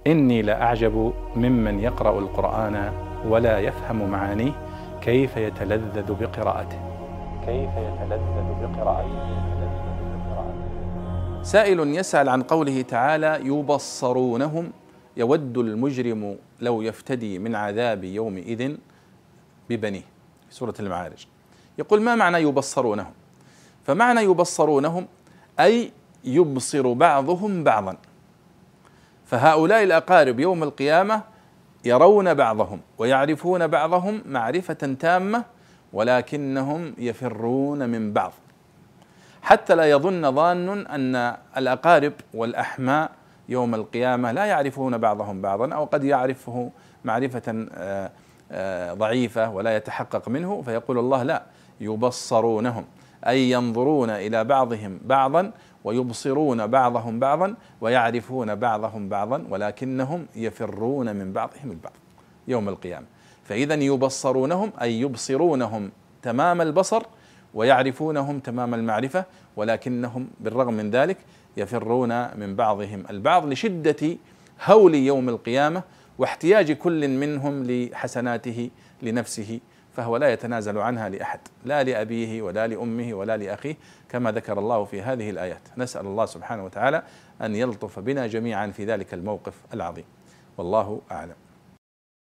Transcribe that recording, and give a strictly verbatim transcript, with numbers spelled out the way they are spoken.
إني لأعجب ممن يقرأ القرآن ولا يفهم معانيه كيف يتلذذ بقراءته كيف يتلذذ بقراءته سائل يسأل عن قوله تعالى يبصرونهم يود المجرم لو يفتدي من عذاب يومئذ ببنيه في سورة المعارج. يقول: ما معنى يبصرونهم؟ فمعنى يبصرونهم أي يبصر بعضهم بعضا، فهؤلاء الأقارب يوم القيامة يرون بعضهم ويعرفون بعضهم معرفة تامة، ولكنهم يفرون من بعض، حتى لا يظن ظان أن الأقارب والأحماء يوم القيامة لا يعرفون بعضهم بعضا، أو قد يعرفه معرفة ضعيفة ولا يتحقق منه، فيقول الله: لا، يبصرونهم أي ينظرون إلى بعضهم بعضا ويبصرون بعضهم بعضا ويعرفون بعضهم بعضا، ولكنهم يفرون من بعضهم البعض يوم القيامة. فإذا يبصرونهم أي يبصرونهم تمام البصر ويعرفونهم تمام المعرفة، ولكنهم بالرغم من ذلك يفرون من بعضهم البعض لشدة هول يوم القيامة واحتياج كل منهم لحسناته لنفسه، فهو لا يتنازل عنها لأحد، لا لأبيه ولا لأمه ولا لأخيه، كما ذكر الله في هذه الآيات. نسأل الله سبحانه وتعالى أن يلطف بنا جميعا في ذلك الموقف العظيم، والله أعلم.